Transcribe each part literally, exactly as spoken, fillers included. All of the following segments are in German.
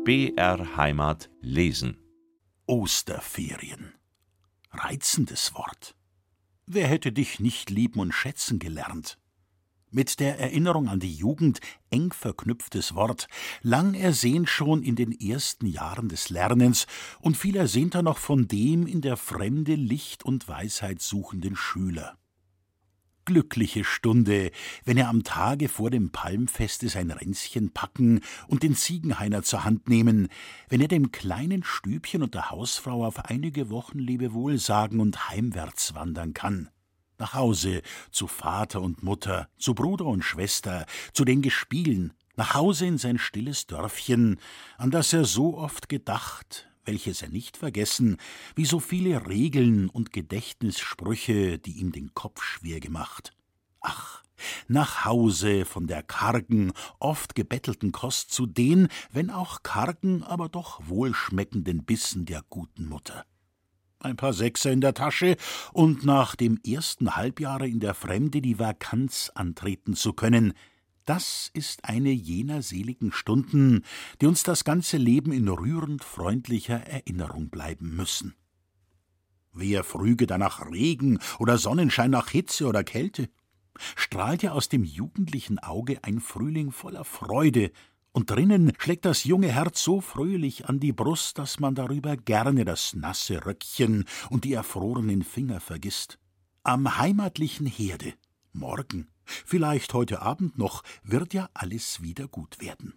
B R Heimat lesen. Osterferien. Reizendes Wort. Wer hätte dich nicht lieben und schätzen gelernt? Mit der Erinnerung an die Jugend eng verknüpftes Wort, lang ersehnt schon in den ersten Jahren des Lernens und viel ersehnter noch von dem in der Fremde Licht und Weisheit suchenden Schüler. Glückliche Stunde, wenn er am Tage vor dem Palmfeste sein Ränzchen packen und den Ziegenhainer zur Hand nehmen, wenn er dem kleinen Stübchen und der Hausfrau auf einige Wochen Lebewohl sagen und heimwärts wandern kann. Nach Hause, zu Vater und Mutter, zu Bruder und Schwester, zu den Gespielen, nach Hause in sein stilles Dörfchen, an das er so oft gedacht, welches er nicht vergessen, wie so viele Regeln und Gedächtnissprüche, die ihm den Kopf schwer gemacht. Ach, nach Hause von der kargen, oft gebettelten Kost zu den, wenn auch kargen, aber doch wohlschmeckenden Bissen der guten Mutter. Ein paar Sechser in der Tasche und nach dem ersten Halbjahre in der Fremde die Vakanz antreten zu können, das ist eine jener seligen Stunden, die uns das ganze Leben in rührend freundlicher Erinnerung bleiben müssen. Wer früge da nach Regen oder Sonnenschein, nach Hitze oder Kälte? Strahlt ja aus dem jugendlichen Auge ein Frühling voller Freude, und drinnen schlägt das junge Herz so fröhlich an die Brust, dass man darüber gerne das nasse Röckchen und die erfrorenen Finger vergisst. Am heimatlichen Herde, morgen, vielleicht heute Abend noch, wird ja alles wieder gut werden.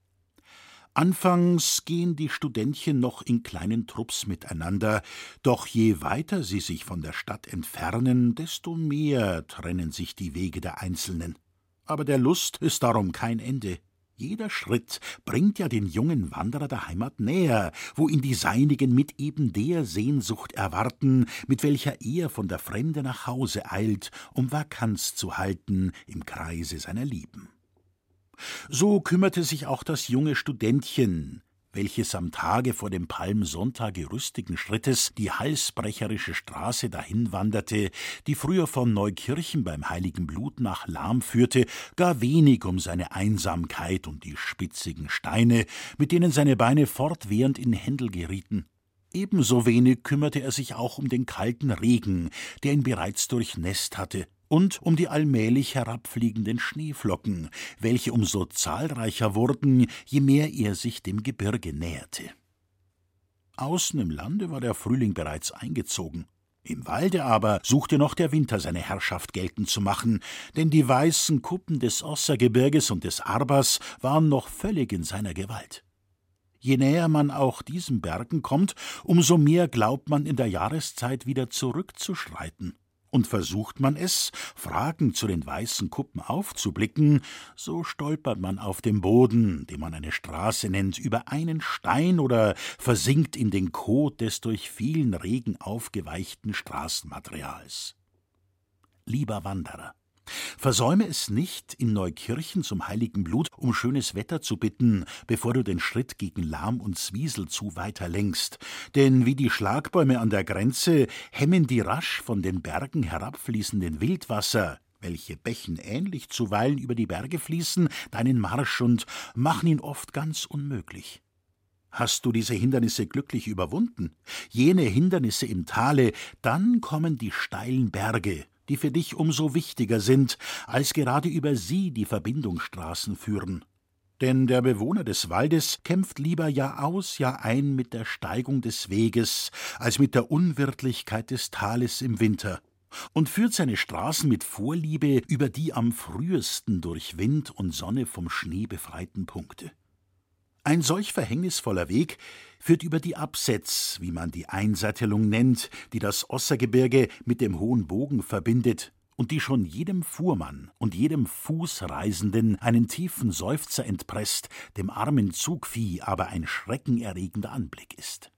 Anfangs gehen die Studentchen noch in kleinen Trupps miteinander, doch je weiter sie sich von der Stadt entfernen, desto mehr trennen sich die Wege der Einzelnen. Aber der Lust ist darum kein Ende. Jeder Schritt bringt ja den jungen Wanderer der Heimat näher, wo ihn die Seinigen mit eben der Sehnsucht erwarten, mit welcher er von der Fremde nach Hause eilt, um Vakanz zu halten im Kreise seiner Lieben. So kümmerte sich auch das junge Studentchen, welches am Tage vor dem Palmsonntage rüstigen Schrittes die halsbrecherische Straße dahin wanderte, die früher von Neukirchen beim Heiligen Blut nach Lahm führte, gar wenig um seine Einsamkeit und die spitzigen Steine, mit denen seine Beine fortwährend in Händel gerieten. Ebenso wenig kümmerte er sich auch um den kalten Regen, der ihn bereits durchnässt hatte, und um die allmählich herabfliegenden Schneeflocken, welche umso zahlreicher wurden, je mehr er sich dem Gebirge näherte. Außen im Lande war der Frühling bereits eingezogen. Im Walde aber suchte noch der Winter seine Herrschaft geltend zu machen, denn die weißen Kuppen des Ossergebirges und des Arbas waren noch völlig in seiner Gewalt. Je näher man auch diesen Bergen kommt, umso mehr glaubt man in der Jahreszeit wieder zurückzuschreiten. Und versucht man es, fragend zu den weißen Kuppen aufzublicken, so stolpert man auf dem Boden, den man eine Straße nennt, über einen Stein oder versinkt in den Kot des durch vielen Regen aufgeweichten Straßenmaterials. Lieber Wanderer, versäume es nicht, in Neukirchen zum Heiligen Blut um schönes Wetter zu bitten, bevor du den Schritt gegen Lahm und Zwiesel zu weiter lenkst. Denn wie die Schlagbäume an der Grenze hemmen die rasch von den Bergen herabfließenden Wildwasser, welche Bächen ähnlich zuweilen über die Berge fließen, deinen Marsch und machen ihn oft ganz unmöglich. Hast du diese Hindernisse glücklich überwunden, jene Hindernisse im Tale, dann kommen die steilen Berge, die für dich umso wichtiger sind, als gerade über sie die Verbindungsstraßen führen. Denn der Bewohner des Waldes kämpft lieber Jahr aus, Jahr ein mit der Steigung des Weges, als mit der Unwirtlichkeit des Tales im Winter, und führt seine Straßen mit Vorliebe über die am frühesten durch Wind und Sonne vom Schnee befreiten Punkte. Ein solch verhängnisvoller Weg führt über die Absetz, wie man die Einsattelung nennt, die das Ossergebirge mit dem Hohen Bogen verbindet und die schon jedem Fuhrmann und jedem Fußreisenden einen tiefen Seufzer entpresst, dem armen Zugvieh aber ein schreckenerregender Anblick ist.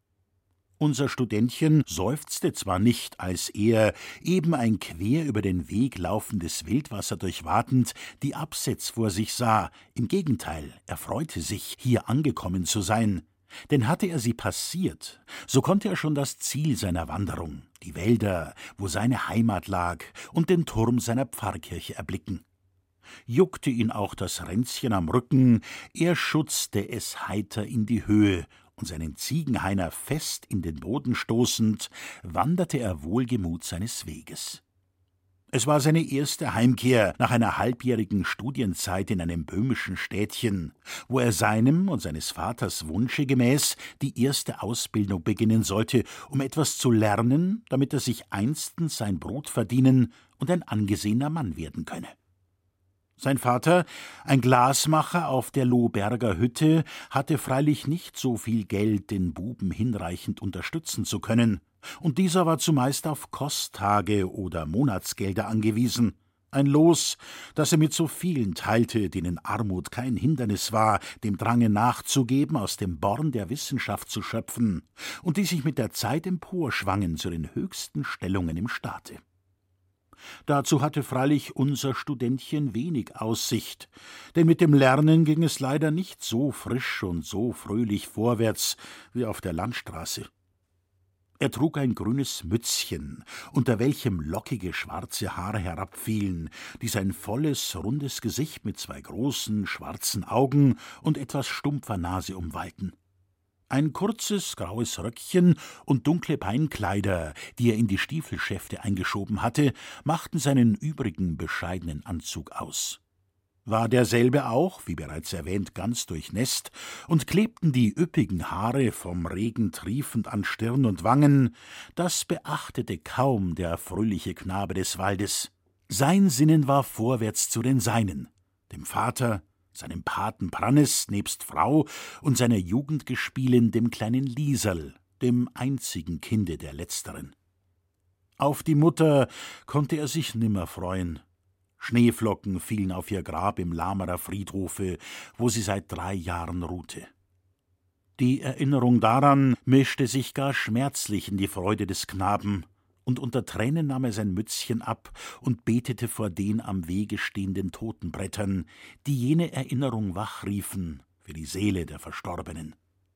Unser Studentchen seufzte zwar nicht, als er, eben ein quer über den Weg laufendes Wildwasser durchwatend, die Absetz vor sich sah, im Gegenteil, er freute sich, hier angekommen zu sein, denn hatte er sie passiert, so konnte er schon das Ziel seiner Wanderung, die Wälder, wo seine Heimat lag, und den Turm seiner Pfarrkirche erblicken. Juckte ihn auch das Ränzchen am Rücken, er schutzte es heiter in die Höhe, und seinen Ziegenhainer fest in den Boden stoßend, wanderte er wohlgemut seines Weges. Es war seine erste Heimkehr nach einer halbjährigen Studienzeit in einem böhmischen Städtchen, wo er seinem und seines Vaters Wunsche gemäß die erste Ausbildung beginnen sollte, um etwas zu lernen, damit er sich einstens sein Brot verdienen und ein angesehener Mann werden könne. Sein Vater, ein Glasmacher auf der Lohberger Hütte, hatte freilich nicht so viel Geld, den Buben hinreichend unterstützen zu können, und dieser war zumeist auf Kosttage oder Monatsgelder angewiesen, ein Los, das er mit so vielen teilte, denen Armut kein Hindernis war, dem Drange nachzugeben, aus dem Born der Wissenschaft zu schöpfen, und die sich mit der Zeit emporschwangen zu den höchsten Stellungen im Staate. Dazu hatte freilich unser Studentchen wenig Aussicht, denn mit dem Lernen ging es leider nicht so frisch und so fröhlich vorwärts wie auf der Landstraße. Er trug ein grünes Mützchen, unter welchem lockige schwarze Haare herabfielen, die sein volles, rundes Gesicht mit zwei großen, schwarzen Augen und etwas stumpfer Nase umwallten. Ein kurzes, graues Röckchen und dunkle Beinkleider, die er in die Stiefelschäfte eingeschoben hatte, machten seinen übrigen bescheidenen Anzug aus. War derselbe auch, wie bereits erwähnt, ganz durchnässt, und klebten die üppigen Haare vom Regen triefend an Stirn und Wangen, das beachtete kaum der fröhliche Knabe des Waldes. Sein Sinnen war vorwärts zu den Seinen, dem Vater, seinem Paten Prannes nebst Frau und seiner Jugendgespielin dem kleinen Lieserl, dem einzigen Kinde der Letzteren. Auf die Mutter konnte er sich nimmer freuen. Schneeflocken fielen auf ihr Grab im Lamerer Friedhofe, wo sie seit drei Jahren ruhte. Die Erinnerung daran mischte sich gar schmerzlich in die Freude des Knaben, und unter Tränen nahm er sein Mützchen ab und betete vor den am Wege stehenden Totenbrettern, die jene Erinnerung wachriefen für die Seele der Verstorbenen.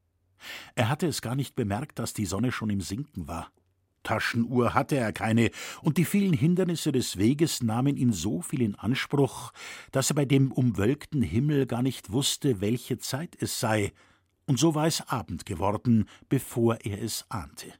Er hatte es gar nicht bemerkt, dass die Sonne schon im Sinken war. Taschenuhr hatte er keine, und die vielen Hindernisse des Weges nahmen ihn so viel in Anspruch, dass er bei dem umwölkten Himmel gar nicht wusste, welche Zeit es sei, und so war es Abend geworden, bevor er es ahnte.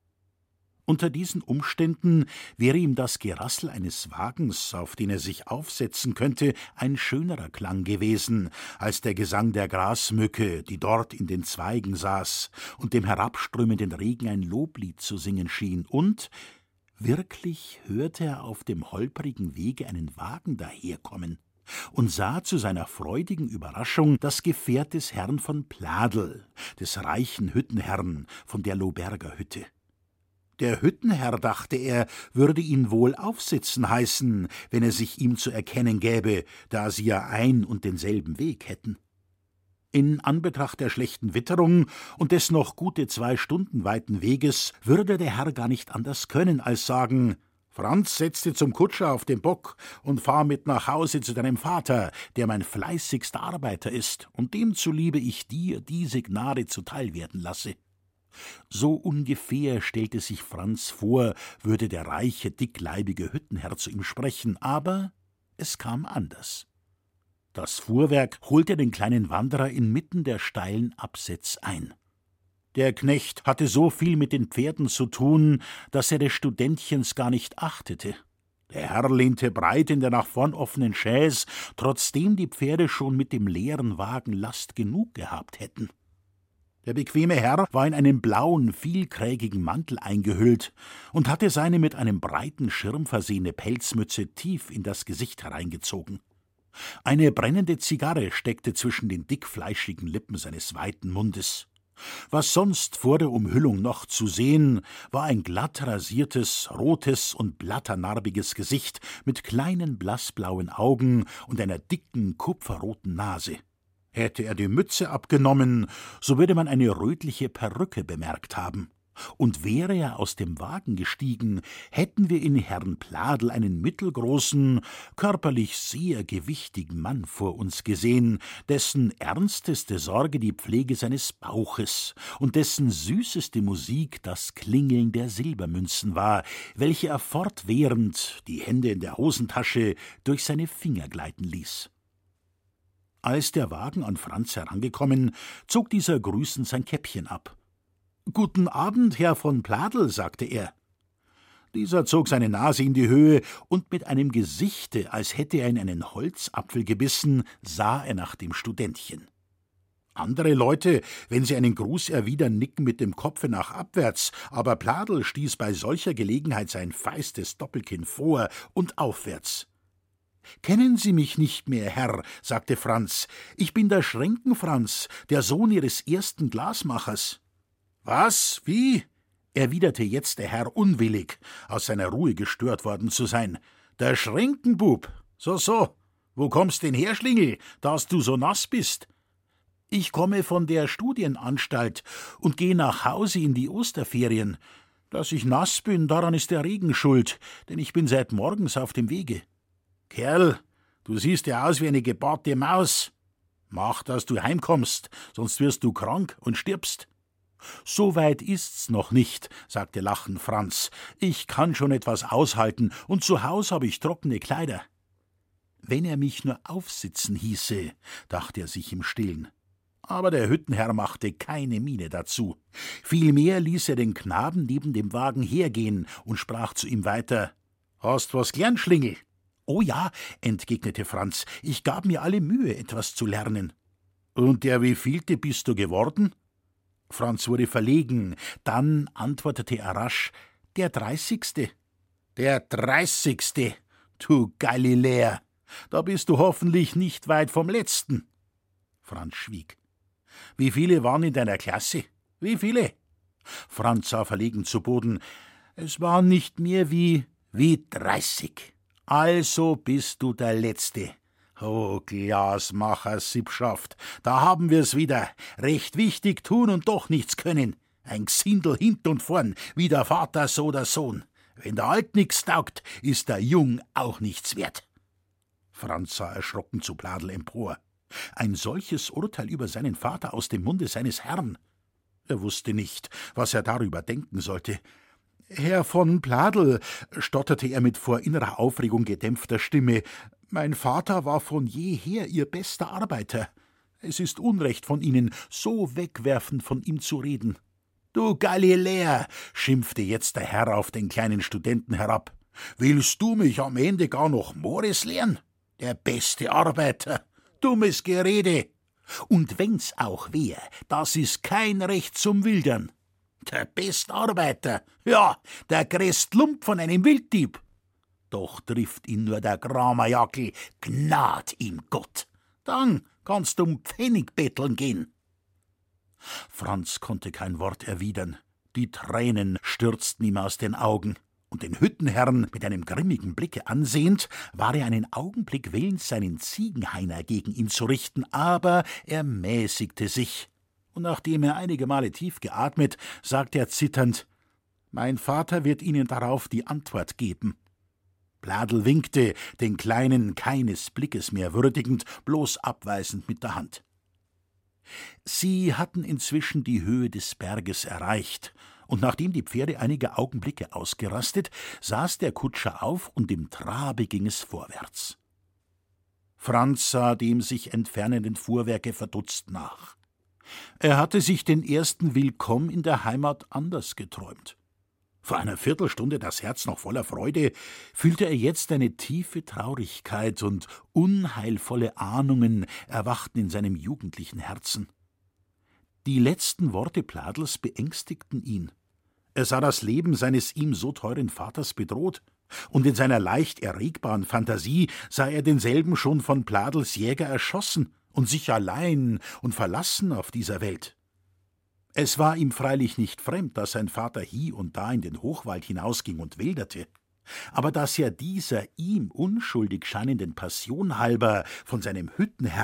Unter diesen Umständen wäre ihm das Gerassel eines Wagens, auf den er sich aufsetzen könnte, ein schönerer Klang gewesen, als der Gesang der Grasmücke, die dort in den Zweigen saß und dem herabströmenden Regen ein Loblied zu singen schien, und wirklich hörte er auf dem holprigen Wege einen Wagen daherkommen und sah zu seiner freudigen Überraschung das Gefährt des Herrn von Pladel, des reichen Hüttenherrn von der Lohberger Hütte. Der Hüttenherr, dachte er, würde ihn wohl aufsitzen heißen, wenn er sich ihm zu erkennen gäbe, da sie ja ein und denselben Weg hätten. In Anbetracht der schlechten Witterung und des noch gute zwei Stunden weiten Weges würde der Herr gar nicht anders können, als sagen: »Franz, setz dich zum Kutscher auf den Bock und fahr mit nach Hause zu deinem Vater, der mein fleißigster Arbeiter ist und dem zuliebe ich dir diese Gnade zuteil werden lasse.« So ungefähr stellte sich Franz vor, würde der reiche, dickleibige Hüttenherr zu ihm sprechen, aber es kam anders. Das Fuhrwerk holte den kleinen Wanderer inmitten der steilen Absetz ein. Der Knecht hatte so viel mit den Pferden zu tun, dass er des Studentchens gar nicht achtete. Der Herr lehnte breit in der nach vorn offenen Chaise, trotzdem die Pferde schon mit dem leeren Wagen Last genug gehabt hätten. Der bequeme Herr war in einen blauen, vielkrägigen Mantel eingehüllt und hatte seine mit einem breiten Schirm versehene Pelzmütze tief in das Gesicht hereingezogen. Eine brennende Zigarre steckte zwischen den dickfleischigen Lippen seines weiten Mundes. Was sonst vor der Umhüllung noch zu sehen, war ein glatt rasiertes, rotes und blatternarbiges Gesicht mit kleinen blassblauen Augen und einer dicken, kupferroten Nase. Hätte er die Mütze abgenommen, so würde man eine rötliche Perücke bemerkt haben. Und wäre er aus dem Wagen gestiegen, hätten wir in Herrn Pladl einen mittelgroßen, körperlich sehr gewichtigen Mann vor uns gesehen, dessen ernsteste Sorge die Pflege seines Bauches und dessen süßeste Musik das Klingeln der Silbermünzen war, welche er fortwährend, die Hände in der Hosentasche, durch seine Finger gleiten ließ. Als der Wagen an Franz herangekommen, zog dieser grüßend sein Käppchen ab. »Guten Abend, Herr von Pladl«, sagte er. Dieser zog seine Nase in die Höhe, und mit einem Gesichte, als hätte er in einen Holzapfel gebissen, sah er nach dem Studentchen. Andere Leute, wenn sie einen Gruß erwidern, nicken mit dem Kopfe nach abwärts, aber Pladl stieß bei solcher Gelegenheit sein feistes Doppelkinn vor und aufwärts. »Kennen Sie mich nicht mehr, Herr«, sagte Franz. »Ich bin der Schrenken-Franz, der Sohn Ihres ersten Glasmachers.« »Was? Wie?« erwiderte jetzt der Herr unwillig, aus seiner Ruhe gestört worden zu sein. »Der Schrenkenbub? So, so. Wo kommst denn her, Schlingel, dass du so nass bist?« »Ich komme von der Studienanstalt und gehe nach Hause in die Osterferien. Dass ich nass bin, daran ist der Regen schuld, denn ich bin seit morgens auf dem Wege.« »Kerl, du siehst ja aus wie eine gebarte Maus. Mach, dass du heimkommst, sonst wirst du krank und stirbst.« »So weit ist's noch nicht«, sagte lachend Franz. »Ich kann schon etwas aushalten, und zu Haus habe ich trockene Kleider.« Wenn er mich nur aufsitzen hieße, dachte er sich im Stillen. Aber der Hüttenherr machte keine Miene dazu. Vielmehr ließ er den Knaben neben dem Wagen hergehen und sprach zu ihm weiter. »Hast was gelernt, Schlingel?« »Oh ja«, entgegnete Franz, »ich gab mir alle Mühe, etwas zu lernen.« »Und der wievielte bist du geworden?« Franz wurde verlegen, dann antwortete er rasch, »Der dreißigste.« »Der dreißigste, du Galiläer, da bist du hoffentlich nicht weit vom letzten.« Franz schwieg. »Wie viele waren in deiner Klasse? Wie viele?« Franz sah verlegen zu Boden. »Es waren nicht mehr wie, wie dreißig. Also bist du der Letzte.« »Oh, Glasmacher Sippschaft, da haben wir's wieder. Recht wichtig tun und doch nichts können. Ein Gsindel hint und vorn, wie der Vater, so der Sohn. Wenn der Alt nix taugt, ist der Jung auch nichts wert.« Franz sah erschrocken zu Pladl empor. Ein solches Urteil über seinen Vater aus dem Munde seines Herrn. Er wusste nicht, was er darüber denken sollte. »Herr von Pladl«, stotterte er mit vor innerer Aufregung gedämpfter Stimme, »mein Vater war von jeher Ihr bester Arbeiter. Es ist Unrecht von Ihnen, so wegwerfend von ihm zu reden.« »Du Galiläer«, schimpfte jetzt der Herr auf den kleinen Studenten herab, »willst du mich am Ende gar noch Mores lehren? Der beste Arbeiter, dummes Gerede. Und wenn's auch wär, das ist kein Recht zum Wildern. Der beste Arbeiter, ja, der größte Lump von einem Wilddieb. Doch trifft ihn nur der Gramerjackel, gnad ihm Gott. Dann kannst du um Pfennig betteln gehen.« Franz konnte kein Wort erwidern. Die Tränen stürzten ihm aus den Augen, und den Hüttenherrn mit einem grimmigen Blicke ansehend, war er einen Augenblick willens, seinen Ziegenhainer gegen ihn zu richten, aber er mäßigte sich, und nachdem er einige Male tief geatmet, sagte er zitternd, »Mein Vater wird Ihnen darauf die Antwort geben.« Pladl winkte, den Kleinen keines Blickes mehr würdigend, bloß abweisend mit der Hand. Sie hatten inzwischen die Höhe des Berges erreicht, und nachdem die Pferde einige Augenblicke ausgerastet, saß der Kutscher auf, und im Trabe ging es vorwärts. Franz sah dem sich entfernenden Fuhrwerke verdutzt nach. Er hatte sich den ersten Willkomm in der Heimat anders geträumt. Vor einer Viertelstunde das Herz noch voller Freude, fühlte er jetzt eine tiefe Traurigkeit, und unheilvolle Ahnungen erwachten in seinem jugendlichen Herzen. Die letzten Worte Pladls beängstigten ihn. Er sah das Leben seines ihm so teuren Vaters bedroht, und in seiner leicht erregbaren Fantasie sah er denselben schon von Pladls Jäger erschossen und sich allein und verlassen auf dieser Welt. Es war ihm freilich nicht fremd, dass sein Vater hie und da in den Hochwald hinausging und wilderte, aber dass er dieser ihm unschuldig scheinenden Passion halber von seinem Hüttenherrn,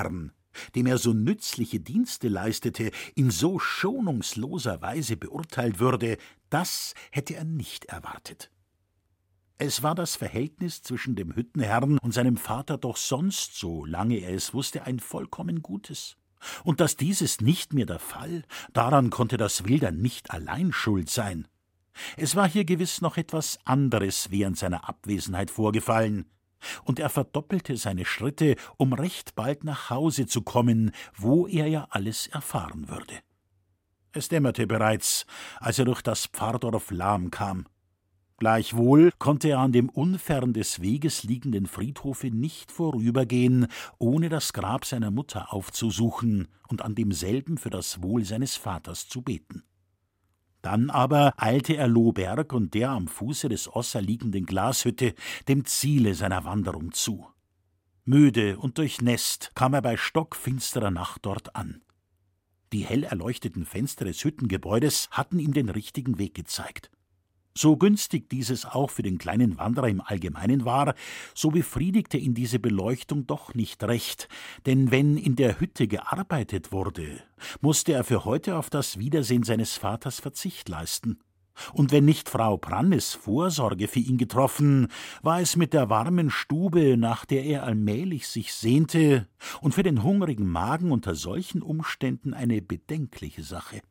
dem er so nützliche Dienste leistete, in so schonungsloser Weise beurteilt würde, das hätte er nicht erwartet. Es war das Verhältnis zwischen dem Hüttenherrn und seinem Vater doch sonst, solange er es wusste, ein vollkommen gutes. Und dass dieses nicht mehr der Fall, daran konnte das Wildern nicht allein schuld sein. Es war hier gewiss noch etwas anderes während seiner Abwesenheit vorgefallen, und er verdoppelte seine Schritte, um recht bald nach Hause zu kommen, wo er ja alles erfahren würde. Es dämmerte bereits, als er durch das Pfarrdorf Lahm kam. Gleichwohl konnte er an dem unfern des Weges liegenden Friedhofe nicht vorübergehen, ohne das Grab seiner Mutter aufzusuchen und an demselben für das Wohl seines Vaters zu beten. Dann aber eilte er Lohberg und der am Fuße des Osser liegenden Glashütte dem Ziele seiner Wanderung zu. Müde und durchnässt kam er bei stockfinsterer Nacht dort an. Die hell erleuchteten Fenster des Hüttengebäudes hatten ihm den richtigen Weg gezeigt. So günstig dieses auch für den kleinen Wanderer im Allgemeinen war, so befriedigte ihn diese Beleuchtung doch nicht recht, denn wenn in der Hütte gearbeitet wurde, musste er für heute auf das Wiedersehen seines Vaters Verzicht leisten. Und wenn nicht Frau Prannes Vorsorge für ihn getroffen, war es mit der warmen Stube, nach der er allmählich sich sehnte, und für den hungrigen Magen unter solchen Umständen eine bedenkliche Sache.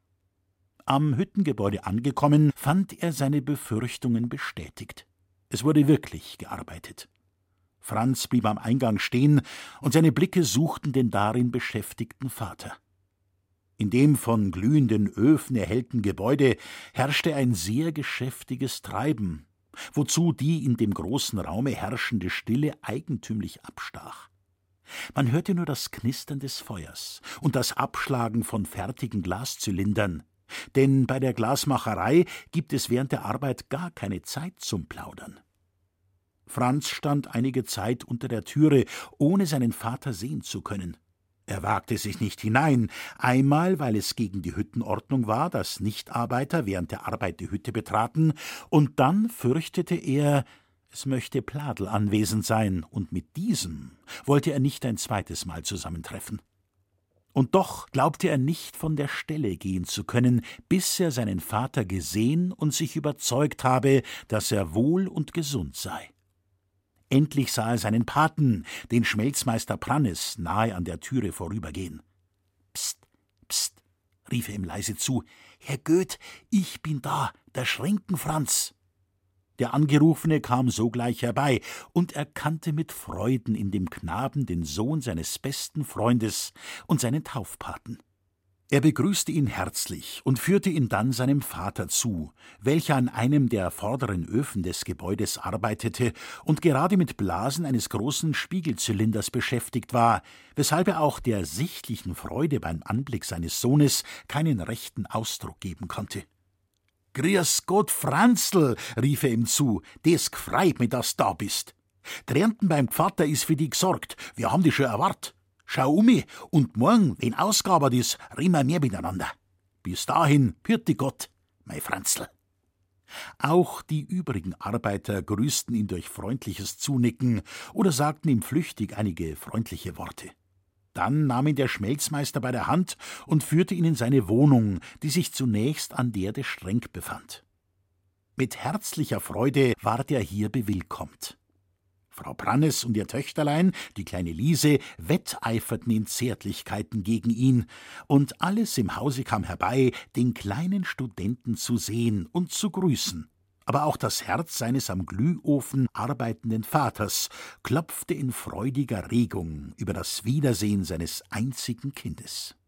Am Hüttengebäude angekommen, fand er seine Befürchtungen bestätigt. Es wurde wirklich gearbeitet. Franz blieb am Eingang stehen, und seine Blicke suchten den darin beschäftigten Vater. In dem von glühenden Öfen erhellten Gebäude herrschte ein sehr geschäftiges Treiben, wozu die in dem großen Raume herrschende Stille eigentümlich abstach. Man hörte nur das Knistern des Feuers und das Abschlagen von fertigen Glaszylindern, denn bei der Glasmacherei gibt es während der Arbeit gar keine Zeit zum Plaudern. Franz stand einige Zeit unter der Türe, ohne seinen Vater sehen zu können. Er wagte sich nicht hinein, einmal, weil es gegen die Hüttenordnung war, dass Nichtarbeiter während der Arbeit die Hütte betraten, und dann fürchtete er, es möchte Pladel anwesend sein, und mit diesem wollte er nicht ein zweites Mal zusammentreffen. Und doch glaubte er nicht von der Stelle gehen zu können, bis er seinen Vater gesehen und sich überzeugt habe, dass er wohl und gesund sei. Endlich sah er seinen Paten, den Schmelzmeister Prannes, nahe an der Türe vorübergehen. »Psst, psst«, rief er ihm leise zu, »Herr Goeth, ich bin da, der Schrenken-Franz.« Der Angerufene kam sogleich herbei und erkannte mit Freuden in dem Knaben den Sohn seines besten Freundes und seinen Taufpaten. Er begrüßte ihn herzlich und führte ihn dann seinem Vater zu, welcher an einem der vorderen Öfen des Gebäudes arbeitete und gerade mit Blasen eines großen Spiegelzylinders beschäftigt war, weshalb er auch der sichtlichen Freude beim Anblick seines Sohnes keinen rechten Ausdruck geben konnte. »Grüß Gott, Franzl«, rief er ihm zu, »des g'freit mich, dass da bist. Dränten beim Gvater is für dich gesorgt, wir haben dich schon erwart. Schau um mich, und morgen, wenn ausgearbeitet is, reden wir mehr miteinander. Bis dahin, pürti Gott, mein Franzl.« Auch die übrigen Arbeiter grüßten ihn durch freundliches Zunicken oder sagten ihm flüchtig einige freundliche Worte. Dann nahm ihn der Schmelzmeister bei der Hand und führte ihn in seine Wohnung, die sich zunächst an der des Schrenk befand. Mit herzlicher Freude ward er hier bewillkommt. Frau Prannes und ihr Töchterlein, die kleine Liese, wetteiferten in Zärtlichkeiten gegen ihn, und alles im Hause kam herbei, den kleinen Studenten zu sehen und zu grüßen. Aber auch das Herz seines am Glühofen arbeitenden Vaters klopfte in freudiger Regung über das Wiedersehen seines einzigen Kindes.